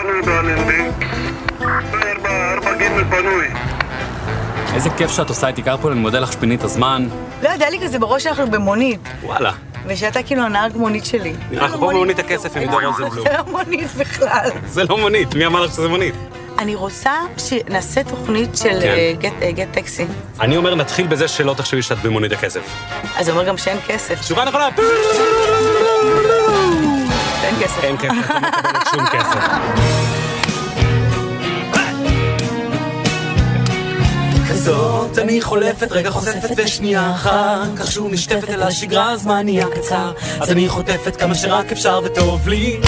פנוי באלנבי. 4 ג' פנוי. איזה כיף שאת עושה איתי קרפול, אני מודה לך שפינית הזמן. לא יודע לי כזה בראש שאנחנו במונית. וואלה. ושאתה כאילו הנהג מונית שלי. אנחנו פה במונית הכסף עם עידו רוזנבלום. זה לא מונית בכלל. זה לא מונית, מי אמר לך שזה מונית? אני רוצה שנעשה תוכנית של גט טקסי. אני אומר נתחיל בזה שלא תחשבי שאת במונית הכסף. אז זה אומר גם שאין כסף. תשובה נכונה! אין כסף. אין כסף, אתה מקבלת שום כסף. כזאת אני חולפת, רגע חושפת ושנייה אחר כך שוב נשטפת אל השגרה, הזמן נהיה קצר אז אני חוטפת כמה שרק אפשר וטוב לי.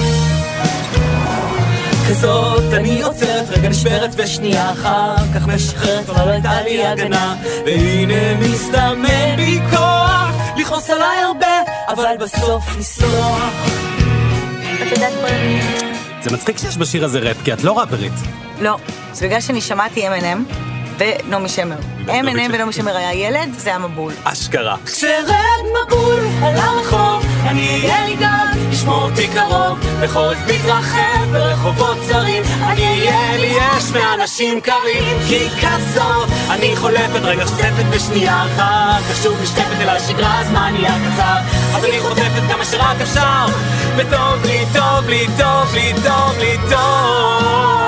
כזאת אני עוצרת, רגע נשברת ושנייה אחר כך משחררת, אבל לא הייתה לי הגנה והנה מסתמן בי כוח לכעוס עליי הרבה, אבל בסוף לסלוח. את יודעת מה? זה מצחיק שיש בשיר הזה רפ, כי את לא ראפרית. לא, זה בגלל שאני שמעתי M&M ונעמי שמר. M&M ונעמי שמר היה ילד, זה היה מבול. אשכרה. כשרד מבול על הרחוב, אני אהיה לי גג, ישמור אותי קרוב, בחורף מתרחב ברחובות צרים, אני אהיה לי אש מאנשים קרים, כי כזאת אני חולפת, רגע חושפת בשנייה אחר כך שוב נשטפת אל השגרה, הזמן נהיה קצר אז אני חוטפת כמה שרק אפשר וטוב לי, טוב לי, טוב לי, טוב לי, טוב.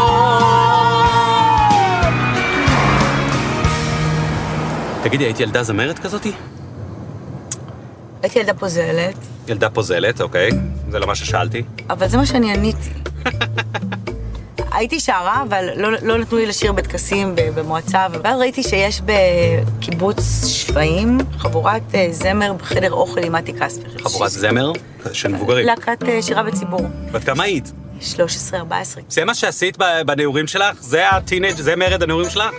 תגידי, הייתי ילדה זמרת כזאתי? הייתי ילדה פוזלת. ילדה פוזלת, אוקיי. זה לא מה ששאלתי. אבל זה מה שאני עניתי. הייתי שערה, אבל לא נתנו לי לשיר בטקסים במועצה, ואז ראיתי שיש בקיבוץ שפיים חבורת זמר בחדר אוכל עם מתי קספר. חבורת זמר? של מבוגרים. להקת שירה בציבור. בת כמה היית? 13-14. זה מה שעשית בנעורים שלך? זה הטינג', זה מרד הנעורים שלך?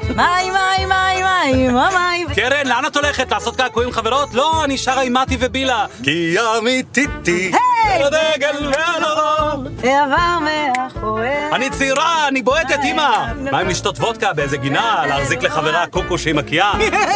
מים. קרן, לאן את הולכת? לעשות קעקועים עם חברות? לא, אני שרה עם מתי ובילה. כי אמיתיתי, הדגל והלרום. עבר מאחורי. אני צעירה, אני בועטת, אמא. מה אם לשתות וודקה באיזה גינה, להחזיק לחברה קוקו שהיא מקיאה?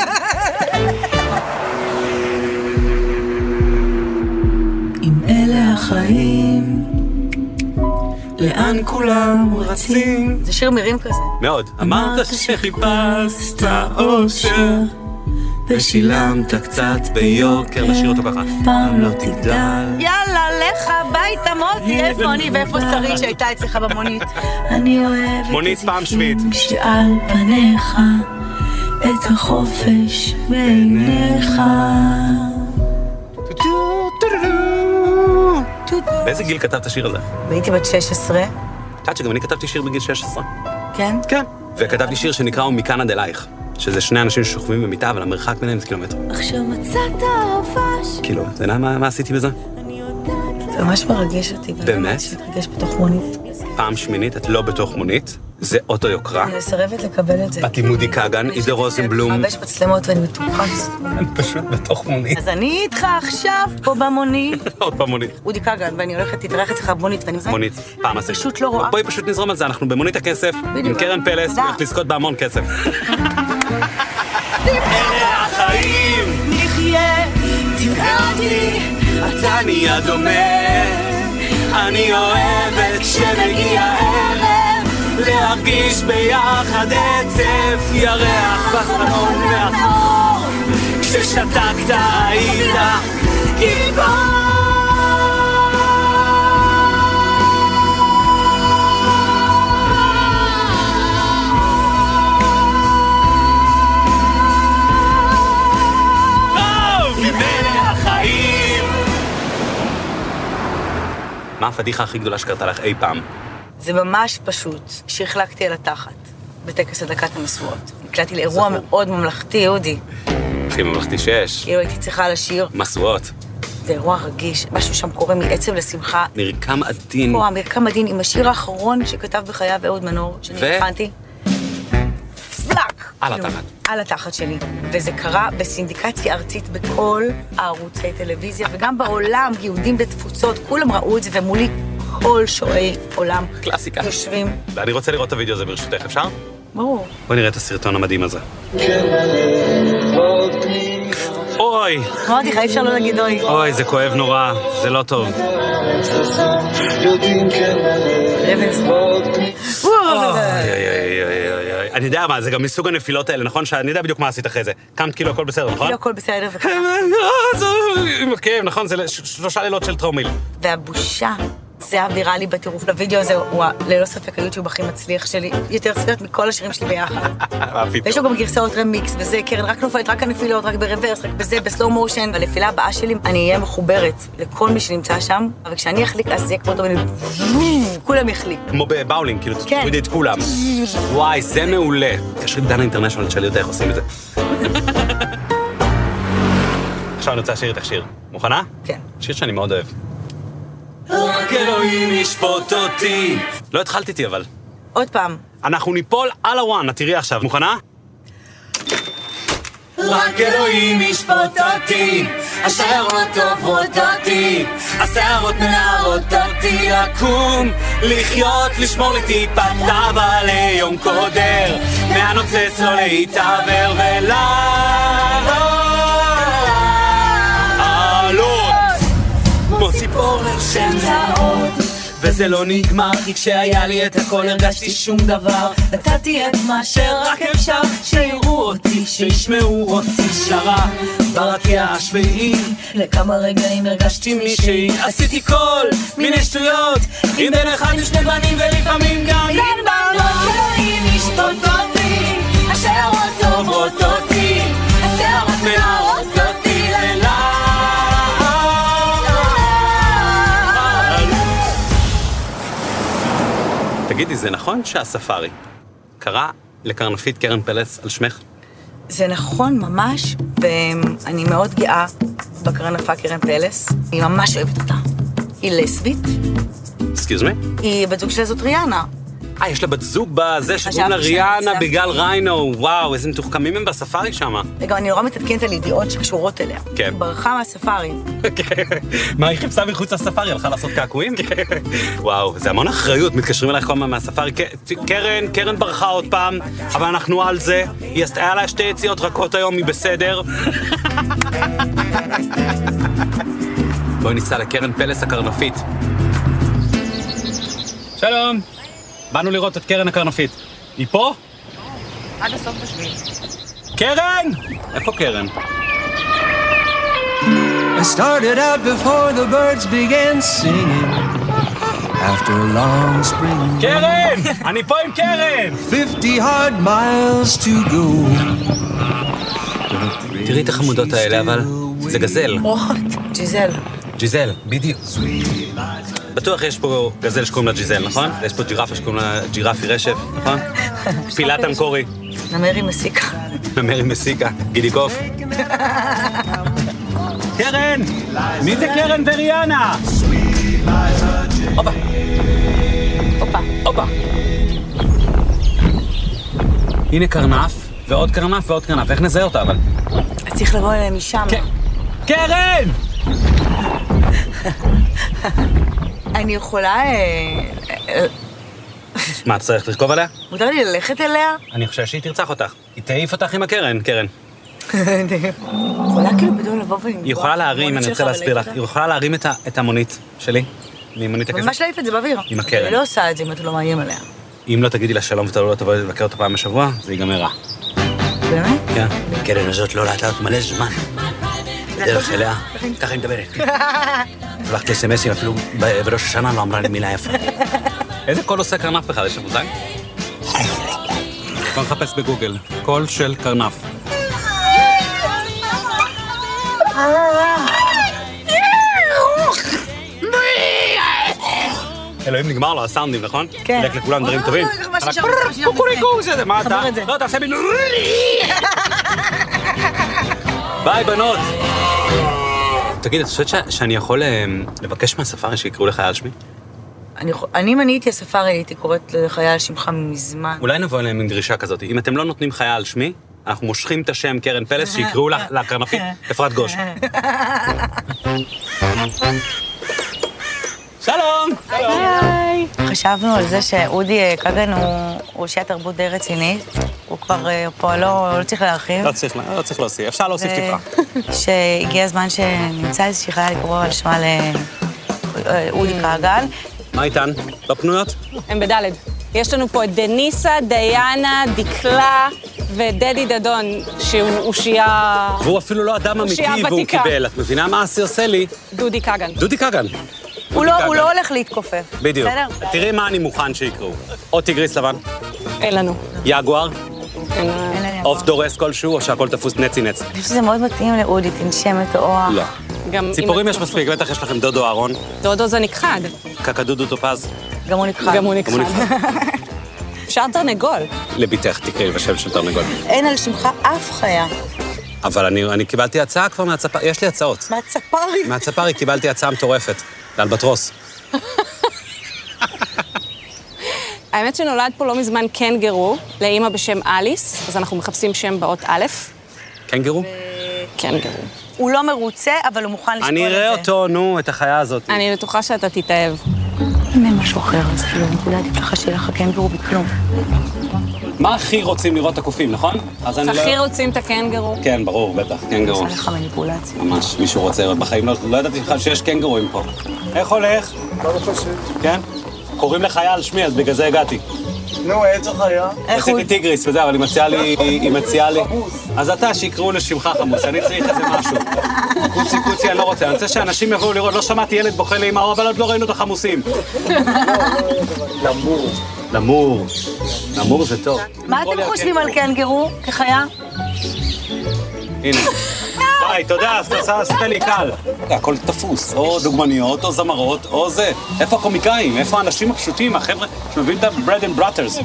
אם אלה החיים לאן כולם רצים. זה שיר מירים כזה. מאוד. אמרת שחיפשת אושר ושילמת קצת ביוקר. נשאיר אותו ככה. אף פעם לא תגדל. יאללה, לך הביתה מוטי. איפה אני ואיפה שרית שהייתה אצלך במונית? אני אוהבת מונית פעם שביעית. שעל פניך את החופש בעיניך. באיזה גיל כתבת השיר הזה? והייתי בת 16. את שגם אני כתבתי שיר בגיל 16. כן? כן. וכתבתי שיר שנקרא ומכאן עד אלייך, שזה שני אנשים ששוכבים במיטה, אבל המרחק ביניהם זה קילומטר. עכשיו מצאת אהובש. כאילו, אתה יודע מה עשיתי בזה? זה ממש מרגש אותי. באמת? להתרגש בתוך מונית. פעם שמינית, את לא בתוך מונית, זה אוטו יוקרה. אני מסרבת לקבל את זה. את עם מודי קאגן, עידו רוזנבלום. 5 מצלמות ואני בטוחה. אני פשוט בתוך מונית. אז אני איתך עכשיו פה במונית. עוד פעם מונית. אודי קאגן, ואני הולכת להתארח אצלך במונית, ואני מזמן. מונית, פעם עשית. פשוט לא רואה. בואי פשוט נזרום על זה, אנחנו במונית הכסף, עם קרן פלס, הולכת לזכות בהמון כסף. אלה החיים, נחיה, תראה אותי, אתה נהיה דומה. אני אוהבת כשמגיע ערב, להרגיש ביחד עצב, ירח בחלון מאחור, כששתקת היית גיבור. מה הפדיחה הכי גדולה שקרתה לך אי פעם? זה ממש פשוט, שהחלקתי על התחת, בטקס הדלקת המשואות. נקלעתי לאירוע מאוד ממלכתי, אודי. הכי ממלכתי שיש. כאילו הייתי צריכה לשיר. משואות. זה אירוע רגיש, משהו שם קורה מעצב לשמחה. מרקם עדין. פה, מרקם עדין עם השיר האחרון שכתב בחייו אהוד מנור, שאני הכנתי. פלאק! על התחת. על התחת שלי. וזה קרה בסינדיקציה ארצית בכל הערוצי טלוויזיה, וגם בעולם, יהודים בתפוצות, כולם ראו את זה, ומולי כל שועי עולם. קלאסיקה. יושבים. ואני רוצה לראות את הוידאו הזה ברשותך, אפשר? ברור. בואי נראה את הסרטון המדהים הזה. אוי! אמרתי לך, אי אפשר לא להגיד אוי. אוי, זה כואב נורא, זה לא טוב. רבס. אני יודע מה, זה גם מסוג הנפילות האלה, נכון? שאני יודע בדיוק מה עשית אחרי זה. קמת כאילו הכל בסדר, נכון? כאילו הכל בסדר. עם הכאב, נכון? זה 3 לילות של טראומיל. והבושה, זה היה ויראלי בטירוף. לוידאו הזה הוא ללא ספק היוטיוב הכי מצליח שלי. יותר צפיות מכל השירים שלי ביחד. ויש לו גם גרסאות רמיקס, וזה קרן רק נופלת, רק הנפילות, רק ברוורס, רק בזה, בסלואו מושן. בנפילה הבאה שלי, אני אהיה מחוברת לכל מי שנמצא שם, אבל כשאני אחליק, אז זה יהיה כמו אותו מיני... כולם יחליק. כמו בבאולינג, כאילו תורידי את כולם. וואי, זה מעולה. תקשרי בדנה אינטרנשיונל, תשאלי אותה איך עושים את זה. עכשיו אני רוצה לשיר איתך שיר. מוכנה? כן. שיר שאני מאוד אוהב. רק אלוהים ישפוט אותי. לא התחלתי איתי אבל. עוד פעם. אנחנו ניפול על הוואן, את תראי עכשיו. מוכנה? רק אלוהים ישפוט אותי, השיירות עוברות אותי, השערות מנערות אותי, לקום, לחיות, לשמור לי טיפת תאווה ליום קודר, מהנוצץ לא להתעבר ולעלות כמו ציפור שמצאות. וזה לא נגמר, כי כשהיה לי את הכל הרגשתי שום דבר. נתתי את מה שרק אפשר, שיראו אותי, שישמעו אותי שרה ברקיע השביעי. לכמה רגעים הרגשתי מישהי, עשיתי כל מיני שטויות, עם בן אחד ושני בנים ולפעמים גם בן בנות. אלוהים ישפוט אותי, השיירות עוברות אותי, השערות מנערות אותי ללילה. תגידי, זה נכון שהספארי קרא לקרנפית קרן פלס על שמך? זה נכון ממש, ואני מאוד גאה בקרנפה קרן פלס. אני ממש אוהבת אותה. היא לסבית. Excuse me? היא בת זוג שלה זאת ריאנה. יש לה בת זוג בזה שקוראים לה ריאנה בגלל ריינו. וואו, איזה מתוחכמים הם בספארי שמה. וגם אני נורא מתעדכנת על ידיעות שקשורות אליה. כן. היא ברחה מהספארי. מה, היא חיפשה מחוץ לספארי? הלכה לעשות קעקועים? וואו, זה המון אחריות, מתקשרים אלייך כל הזמן מהספארי. קרן ברחה עוד פעם, אבל אנחנו על זה. היה לה 2 יציאות רכות היום, היא בסדר. בואי ניסע לקרן פלס הקרנפית. שלום. באנו לראות את קרן הקרנפית. היא פה? עד הסוף בשביל. קרן! איפה קרן? I started out before the birds began singing after a long spring. קרן! אני פה עם קרן! 50 hard miles to go. תראי את החמודות האלה, אבל זה גזל. אוחות, ג'יזל. ג'יזל, בדיוק. בטוח יש פה גזל שקוראים לה ג'יזל, נכון? יש פה ג'ירפה שקוראים לה ג'ירפי רשף, נכון? פילת אנקורי. נמרי מסיקה. נמרי מסיקה, גידי קוף. קרן! מי זה קרן וריאנה? הופה. הופה. הופה. הנה קרנף, ועוד קרנף ועוד קרנף. איך נזהה אותה אבל? צריך לבוא אליהם משם. קרן! אני יכולה... מה, את צריך לרכוב עליה? מותר לי ללכת אליה? אני חושב שהיא תרצח אותך. היא תעיף אותך עם הקרן, קרן. יכולה כאילו בדיוק לבוא ולנגוע. היא יכולה להרים, אני רוצה להסביר לך. היא יכולה להרים את המונית שלי, ממונית הכסף. ממש להעיף את זה באוויר. עם הקרן. היא לא עושה את זה אם אתה לא מאיים עליה. אם לא תגידי לה שלום ואתה לא תבואי לבקר אותה פעם בשבוע, זה ייגמר רע. באמת? כן. הקרן הזאת לא ראתה אותי מלא זמן. בדרך אליה, ככה היא מדברת. הולכת לסמסים, אפילו בראש השנה לא אמרה לי מילה יפה. איזה קול עושה קרנף בכלל? יש לך מוזג? בוא נחפש בגוגל. קול של קרנף. אלוהים נגמר לו, הסאונדים, נכון? כן. חילק לכולם דברים טובים. קוקוריקו, זה מה אתה? לא, תעשה בי... ביי, בנות. תגיד, את חושבת שאני יכול לבקש מהספארי שיקראו לחייל שמי? אם אני הייתי הספארי, הייתי קוראת לחייל שמך מזמן. אולי נבוא אליהם עם דרישה כזאת. אם אתם לא נותנים חייל שמי, אנחנו מושכים את השם קרן פלס, שיקראו לקרנפית אפרת גוש. שלום! היי! חשבנו על זה שאודי קגן הוא אושיה תרבות די רצינית. הוא כבר פועלו, לא צריך להרחיב. לא צריך להוסיף, אפשר להוסיף טיפה. שהגיע הזמן שנמצא איזושהי חיה לקרוא על שמה לאודי קגן. מה איתן? לא פנויות? הם בדלת. יש לנו פה את דניסה, דיינה, דקלה ודדי דדון, שהוא אושייה... והוא אפילו לא אדם אמיתי והוא קיבל. את מבינה מה אסי עושה לי? דודי קגן. דודי קגן. הוא לא הולך להתכופף. בדיוק. תראי מה אני מוכן שיקראו. או טיגריס לבן. אין לנו. יגואר. עוף דורס כלשהו, או שהכל תפוס נצי נץ. אני חושבת שזה מאוד מתאים לאודי, תנשמת או... לא. ציפורים יש מספיק, בטח יש לכם דודו אהרון. דודו זה נכחד. קקדודו טופז. גם הוא נכחד. גם הוא נכחד. אפשר תרנגול. לביתך, תקראי בשם של תרנגול. אין על שמך אף חיה. אבל אני קיבלתי הצעה כבר מהצפרי, יש לי הצעות. מהצפרי? מהצפרי קיבלתי הצעה מטורפת, לאלבטרוס. האמת שנולד פה לא מזמן קנגרו, לאמא בשם אליס, אז אנחנו מחפשים שם באות א'. קנגרו? קנגרו. הוא לא מרוצה, אבל הוא מוכן לשקול את זה. אני אראה אותו, נו, את החיה הזאת. אני בטוחה שאתה תתאהב. אם אין משהו אחר, אז כאילו, נקודתי ככה שיהיה לך קנגרו בכלום. מה הכי רוצים לראות את הקופים, נכון? הכי רוצים את הקנגרו? כן, ברור, בטח, קנגרו. עושה לך מניפולציה. ממש, מישהו רוצה, בחיים לא ידעתי בכלל שיש קנגרואים פה. איך הולך? לא חושב. כן? קוראים לחיה על שמי, אז בגלל זה הגעתי. נו, איזה חיה? רציתי טיגריס וזה, אבל היא מציעה לי... אז אתה, שיקראו לשמך חמוס, אני צריך איזה משהו. קוצי, אני לא רוצה. אני רוצה שאנשים יבואו לראות, לא שמעתי ילד בוכה לאמא, אבל עוד לא ראינו את החמוסים. למור. למור זה טוב. מה אתם חושבים על קנגרו כחיה? הנה. ביי, תודה, אז עשית לי קל. הכל תפוס, או דוגמניות, או זמרות, או זה. איפה הקומיקאים? איפה האנשים הפשוטים, החבר'ה שמביאים את ה-bread and butters?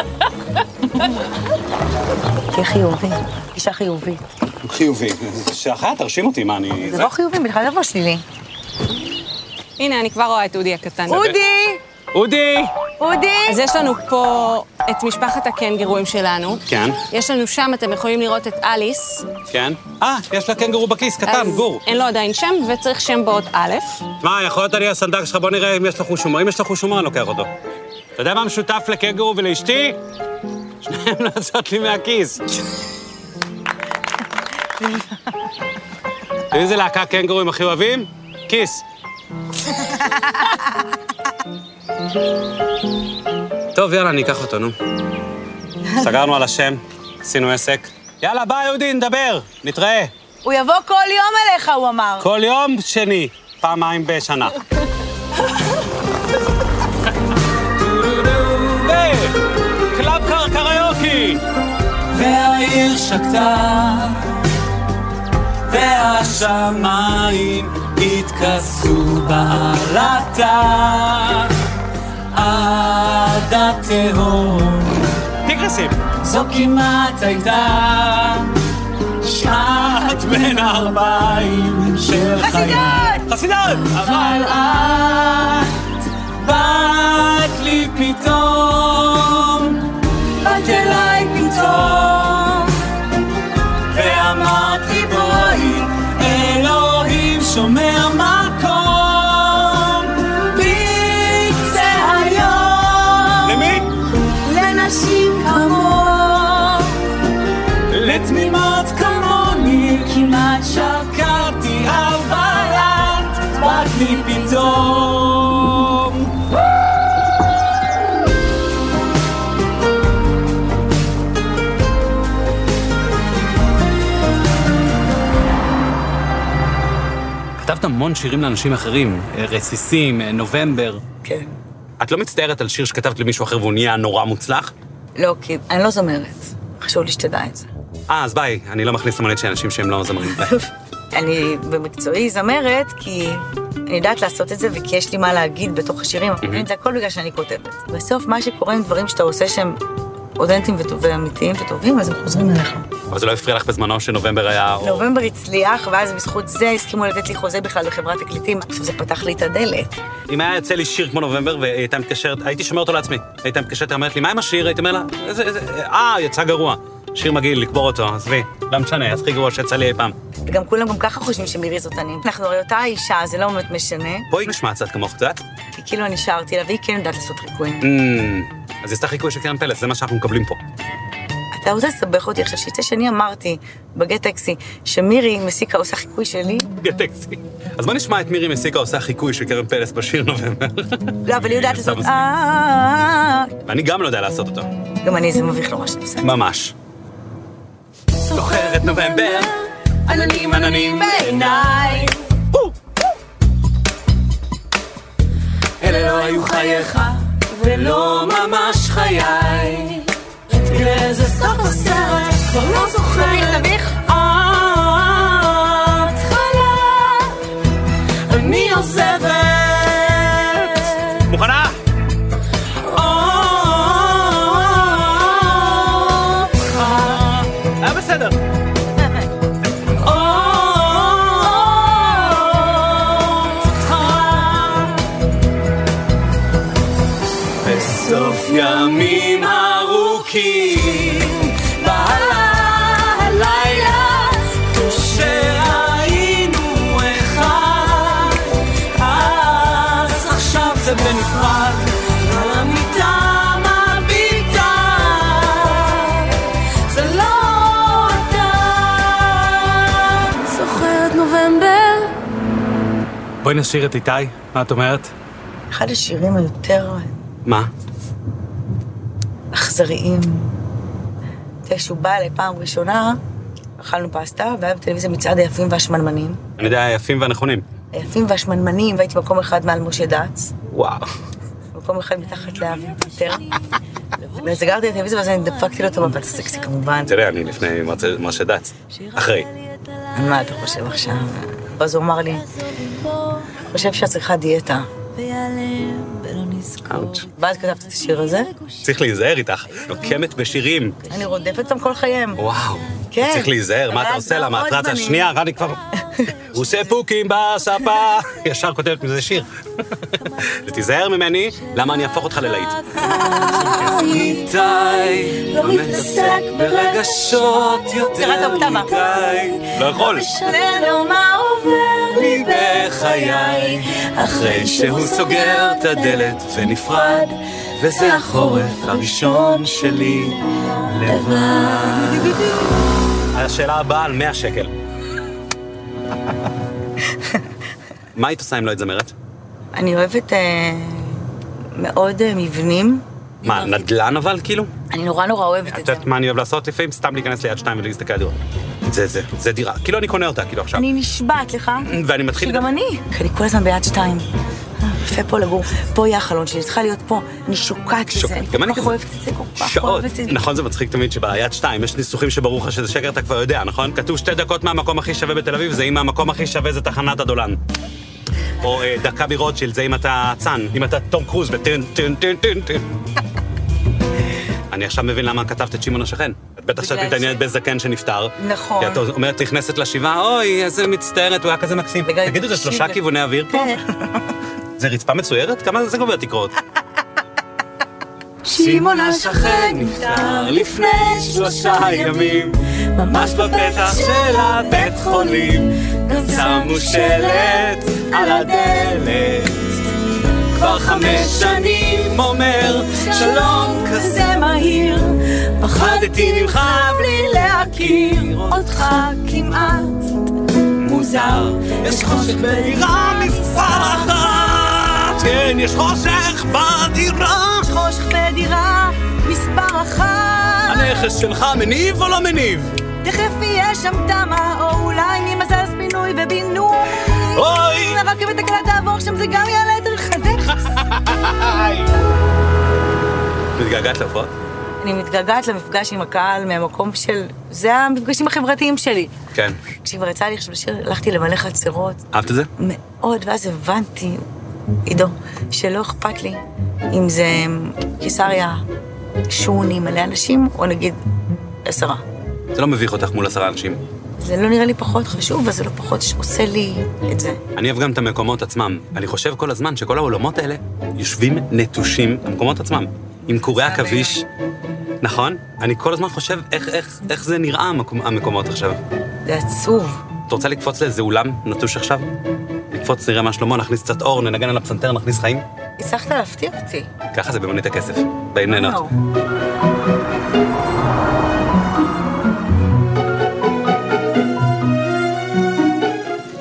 תהיה חיובי, אישה חיובית. חיובי. שהחיה תרשים אותי, מה אני... זה לא חיובי, בכלל לבוא שלילי. הנה, אני כבר רואה את אודי הקטן. אודי! אז יש לנו פה את משפחת הקנגרואים שלנו. כן. יש לנו שם, אתם יכולים לראות את אליס. כן. יש לה קנגרו בכיס, קטן, גור. אין לו עדיין שם, וצריך שם באות א'. מה, יכול להיות אני הסנדק שלך, בוא נראה אם יש לו חוש הומור. אם יש לו חוש הומור, אני לוקח אותו. אתה יודע מה משותף לקנגרו ולאשתי? שניהם לעשות לי מהכיס. איזה להקה קנגרואים הכי אוהבים? כיס. טוב, יאללה, אני אקח אותו, נו. סגרנו על השם, עשינו עסק. יאללה, ביי, יהודי, נדבר, נתראה. הוא יבוא כל יום אליך, הוא אמר. כל יום שני, פעמיים בשנה. קלאב קריוקי! והעיר שקטה, והשמיים התכסו בעלתה עד התהום. טיגרסים. זו כמעט הייתה שעת בין 40 של חיי. חסידות! אבל את באת לי פתאום, באת אליי פתאום, ואמרת לי בואי, אלוהים שומע מקום בקצה היום. למי? לנשים כמוך, לתמימות כמוני, כמעט שקרתי, אבל את באת לי פתאום. כתבת המון שירים לאנשים אחרים, רסיסים, נובמבר. כן. את לא מצטערת על שיר שכתבת למישהו אחר והוא נהיה נורא מוצלח? לא, כי אני לא זמרת. חשוב לי שתדע את זה. אז ביי, אני לא מכניס למונית של אנשים שהם לא זמרים. אני במקצועי זמרת, כי אני יודעת לעשות את זה, וכי יש לי מה להגיד בתוך השירים. זה הכל בגלל שאני כותבת. בסוף, מה שקורה עם דברים שאתה עושה שהם אותנטיים ואמיתיים וטובים, אז הם חוזרים אליך. אבל זה לא הפריע לך בזמנו שנובמבר היה... נובמבר הצליח, ואז בזכות זה הסכימו לתת לי חוזה בכלל בחברת תקליטים. זה פתח לי את הדלת. אם היה יוצא לי שיר כמו נובמבר והיא הייתה מתקשרת, הייתי שומר אותו לעצמי. הייתה מתקשרת, אמרת לי, מה עם השיר? הייתי אומר לה, יצא גרוע. שיר מגעיל, לקבור אותו, עזבי. לא משנה, אז הכי גרוע שיצא לי אי פעם. וגם כולם גם ככה חושבים שמירי זאת אני. אנחנו הרי אותה אישה, זה לא באמת משנה. בואי נשמע קצת כמוך, את יודעת? כי כאילו אני שרתי לה, והיא כן יודעת לעשות חיקויים. אז יש את החיקוי של קרן פלס, זה מה שאנחנו מקבלים פה. אתה רוצה לסבך אותי עכשיו, שיצא שאני אמרתי בגט טקסי שמירי מסיקה עושה חיקוי שלי? גט טקסי. אז בוא נשמע את מירי מסיקה עושה חיקוי של קרן פלס בשיר נובמבר. לא, אבל היא יודעת לעשות ואני גם לא יודע לעשות אותו. גם אני, זה מביך לו מה שאני עושה. ממש. זוכרת נובמבר, עננים עננים בעיניי. אלה לא היו חייך ולא ממש חיי. תראה איזה סוף הסרט, כבר לא זוכרת. תביך. התחלה, אני עוזבת. מוכנה? היה בסדר. בסוף ימים ארוכים בלילה כשהיינו אחד, אז עכשיו זה בנפרד המיטה מביטה, זה לא אתה. זוכרת נובמבר? בואי נשאיר את איתי, מה את אומרת? אחד השירים היותר מה? אכזריים. כשהוא בא אליי פעם ראשונה, אכלנו פסטה, והיה בטלוויזיה מצעד היפים והשמנמנים. אני יודע, היפים והנכונים. היפים והשמנמנים, והייתי במקום אחד מעל משה דץ. וואו. במקום אחד מתחת לאבי פיטר. וסגרתי את הטלוויזיה, ואז אני דפקתי לו את המבט הסקסי כמובן. תראה, אני לפני משה דץ. אחרי. מה אתה חושב עכשיו? ואז הוא אמר לי, חושב שאת צריכה דיאטה. אאוץ'. ואז כתבת את השיר הזה. צריך להיזהר איתך, נוקמת בשירים. אני רודפת אותם כל חייהם. וואו. כן. צריך להיזהר, מה אתה עושה? למה את רצה? שנייה, רני כבר... הוא עושה פוקים בספה. ישר כותבת מזה שיר. ותיזהר ממני, למה אני אהפוך אותך ללהיט. איתי, לא מתעסק ברגשות יותר מדי. לא יכול. משנה מה עובר לי בחיי, אחרי שהוא סוגר את הדלת ונפרד, וזה החורף הראשון שלי לבד. השאלה הבאה על 100 שקל. מה היית עושה אם לא היית זמרת? אני אוהבת מאוד מבנים. מה, נדל"ן אבל כאילו? אני נורא אוהבת את את זה. יודעת מה אני אוהב לעשות? לפעמים סתם להיכנס ליד 2 ולהסתכל על דירה. זה דירה. כאילו אני קונה אותה, כאילו עכשיו. אני נשבעת לך. ואני מתחיל... שגם אני. כי אני כל הזמן ביד 2. יפה פה לגור. פה יהיה החלון שלי, צריכה להיות פה. אני שוקעת לזה. אני כל כך אוהבת את זה, כל כך שעות. אוהבת את זה. נכון, זה מצחיק תמיד שביד 2 יש ניסוחים שברור לך שזה שקר, אתה כבר יודע, נכון? כתוב 2 דקות מהמקום הכי שווה בתל אביב, זה אם המקום הכי שווה זה תחנת הדולן. או דקה ברוטשילד, זה אם אתה צאן, אם אתה תום קרוז בטן, טן, טן, טן, טן. אני עכשיו מבין למה כתבת את שמעון השכן. את בטח שאת מתעניינת בזקן שנפטר. נכון. כי את אומרת, נכנסת לשבעה, אוי, איזה מצטערת, הוא היה כזה מקסים. תגידו, זה 3 כיווני אוויר פה? זה רצפה מצוירת? כמה זה גובר תקרות? שמעון השכן נפטר לפני 3 ימים, ממש בפתח של הבית חולים, גם שמו שלט על הדלת. כבר 5 שנים אומר שלום כזה מהיר, פחדתי ממך בלי להכיר אותך כמעט מוזר. יש חושך בדירה מספר 1, כן, יש חושך בדירה. יש חושך בדירה מספר 1. הנכס שלך מניב או לא מניב? תכף יהיה שם תמה, או אולי נמזז פינוי ובינוי. אוי! הרכבת הקלה תעבור שם, זה גם יעלה את ערך הדרך. מתגעגעת להופעות? אני מתגעגעת למפגש עם הקהל מהמקום של... זה המפגשים החברתיים שלי. כן. כשכבר יצא לי עכשיו לשיר, הלכתי למלא חצרות. אהבת את זה? מאוד, ואז הבנתי, עידו, שלא אכפת לי אם זה קיסריה, שוני, מלא אנשים, או נגיד 10. זה לא מביך אותך מול 10 אנשים. זה לא נראה לי פחות חשוב, וזה לא פחות שעושה לי את זה. אני אוהב גם את המקומות עצמם. אני חושב כל הזמן שכל העולמות האלה יושבים נטושים המקומות עצמם. עם קורי עכביש. נכון? אני כל הזמן חושב איך זה נראה המקומות עכשיו. זה עצוב. את רוצה לקפוץ לאיזה אולם נטוש עכשיו? לקפוץ נראה מה שלמה, נכניס קצת אור, ננגן על הפסנתר, נכניס חיים? הצלחת להפתיע אותי. ככה זה במונית הכסף. בעיננות.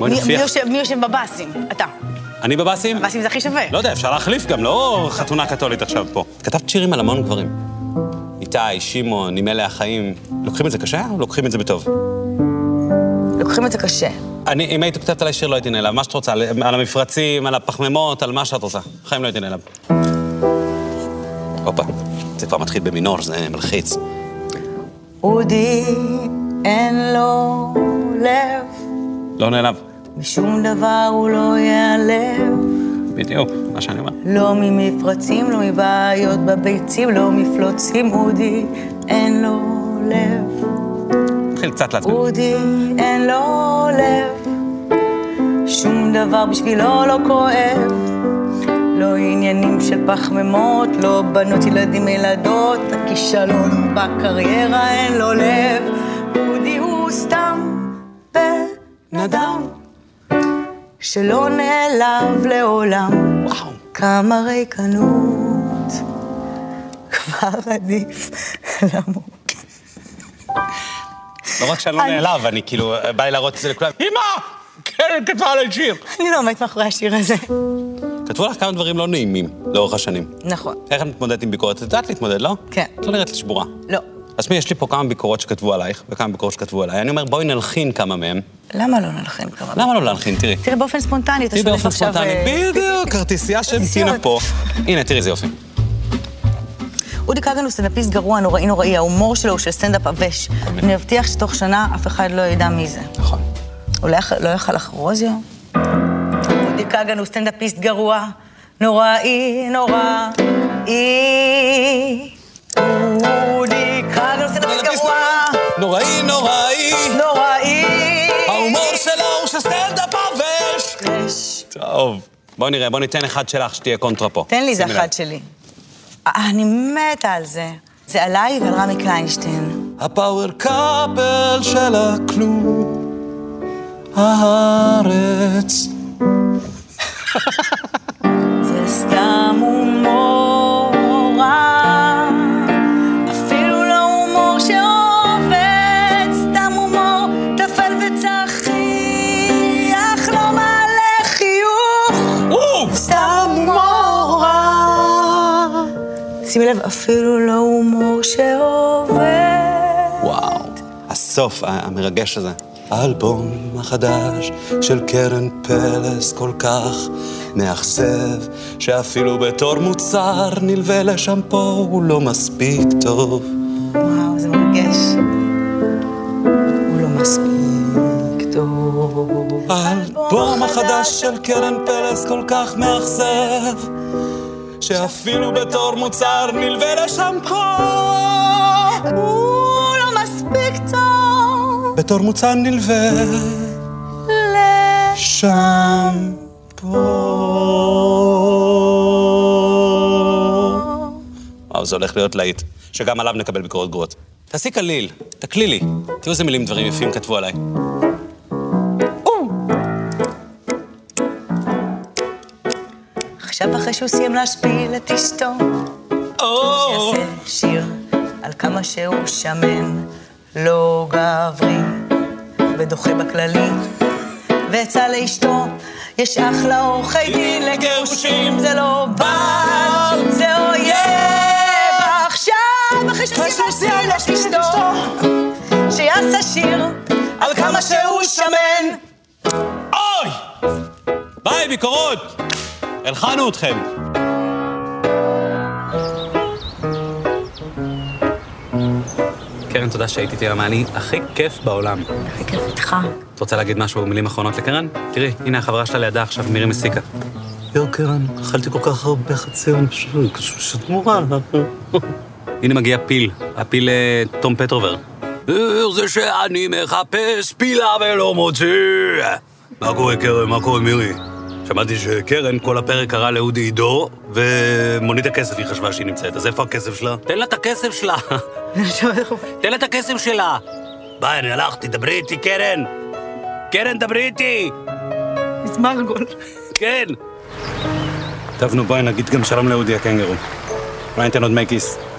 נפתיח. מי יושב בבאסים? אתה. אני בבאסים? בבאסים זה הכי שווה. לא יודע, אפשר להחליף גם, לא חתונה קתולית עכשיו פה. כתבת שירים על המון גברים. איתי, שימון, נימי החיים. לוקחים את זה קשה או לוקחים את זה בטוב? לוקחים את זה קשה. אם היית כותבת עליי שיר לא הייתי נעלב. מה שאת רוצה, על המפרצים, על הפחמימות, על מה שאת רוצה. חיים לא הייתי נעלב. הופה, זה כבר מתחיל במינור, זה מלחיץ. אודי אין לו לב, לא נעלב. משום דבר הוא לא ייעלב. בדיוק, מה שאני אומר. לא ממפרצים, לא מבעיות בביצים, לא מפלוצים, אודי אין לו לב. נתחיל קצת לעצמי. אודי אין לו לב, שום דבר בשבילו לא כואב. לא עניינים של פחמימות, לא בנות ילדים ילדות, הכישלון בקריירה אין לו לב. אודי הוא סתם בן אדם שלא נעלב לעולם. וואו. כמה ריקנות כבר עדיף למות. לא רק שאני לא נעלב, אני כאילו בא לי להראות את זה לכולם. אמא! קרן כתבה עליי שיר. אני לא עומדת מאחורי השיר הזה. כתבו לך כמה דברים לא נעימים לאורך השנים. נכון. איך את מתמודדת עם ביקורת? את יודעת להתמודד, לא? כן. את לא נראית לי שבורה. לא. אז יש לי פה כמה ביקורות שכתבו עלייך, וכמה ביקורות שכתבו עליי. אני אומר, בואי נלחין כמה מהם. למה לא נלחין כמה? למה לא להלחין? תראי. תראי באופן ספונטני, אתה תראי שולף באופן עכשיו... ספונטני. בדיוק, כרטיסייה שהמתינה פה. הנה, תראי, זה יופי. אודי כגן הוא סטנדאפיסט גרוע, נוראי, ההומור שלו הוא של סטנדאפ עבש. אני מבטיח שתוך שנה אף אחד לא ידע מי זה. נכון. אולי לא יכל לחרוז יום? אודי כגן הוא סטנדאפיסט גרוע, נוראי. אודי כגן הוא סטנדאפיסט גרוע, נוראי. נוראי. ההומור שלו הוא של סטנדאפ עבש. טוב. בואי נראה, בואי ניתן אחד שלך שתהיה קונטרה פה. תן לי, זה אחד שלי. אני מתה על זה. זה עליי ועל רמי קליינשטיין. הפאוור קאפל של הכלום, הארץ. זה סתם הומור רע, אפילו לא הומור שעובד, סתם הומור טפל וצחיח, לא מעלה חיוך, סתם הומור רע. שימי לב, אפילו לא הומור שעובד. וואו, הסוף המרגש הזה. האלבום החדש של קרן פלס כל כך מאכזב, שאפילו בתור מוצר נלווה לשמפו הוא לא מספיק טוב. וואו, זה מרגש. הוא לא מספיק טוב. האלבום החדש של קרן פלס כל כך מאכזב, שאפילו בתור מוצר נלווה לשמפו הוא לא מספיק טוב. בתור מוצר נלווה לשמפו. וואו, זה הולך להיות להיט, שגם עליו נקבל ביקורות גרועות. תעשי קליל, תקלי לי. תראו איזה מילים דברים יפים כתבו עליי. עכשיו אחרי שהוא סיים להשפיל את אשתו, שיעשה שיר על כמה שהוא שמן, לא גברי ודוחה בכללי, ויצא לאשתו, יש אחלה עורכי דין לגירושים, זה לא בעל, זה אויב. עכשיו אחרי שהוא סיים להשפיל את אשתו, שיעשה שיר על כמה שהוא שמן. אוי! ביי, ביקורות! הלחנו אתכם. קרן, תודה שהייתי איתי, היה לי הכי כיף בעולם. הכי כיף איתך. את רוצה להגיד משהו במילים אחרונות לקרן? תראי, הנה החברה שלה לידה עכשיו, מירי מסיקה. יו, קרן, אכלתי כל כך הרבה חציר, אני פשוט מורה. הנה מגיע פיל, הפיל תום פטרובר. זה שאני מחפש פילה ולא מוצא. מה קורה, קרן? מה קורה, מירי? שמעתי שקרן כל הפרק קרא לאודי עידו, ומונית הכסף היא חשבה שהיא נמצאת. אז איפה הכסף שלה? תן לה את הכסף שלה. תן לה את הכסף שלה. ביי, אני הלכתי, דברי איתי, קרן. קרן, דברי איתי. מסמרגול. כן. טוב, נו, בואי נגיד גם שלום לאודי הקנגרו. אולי ניתן עוד דמי כיס.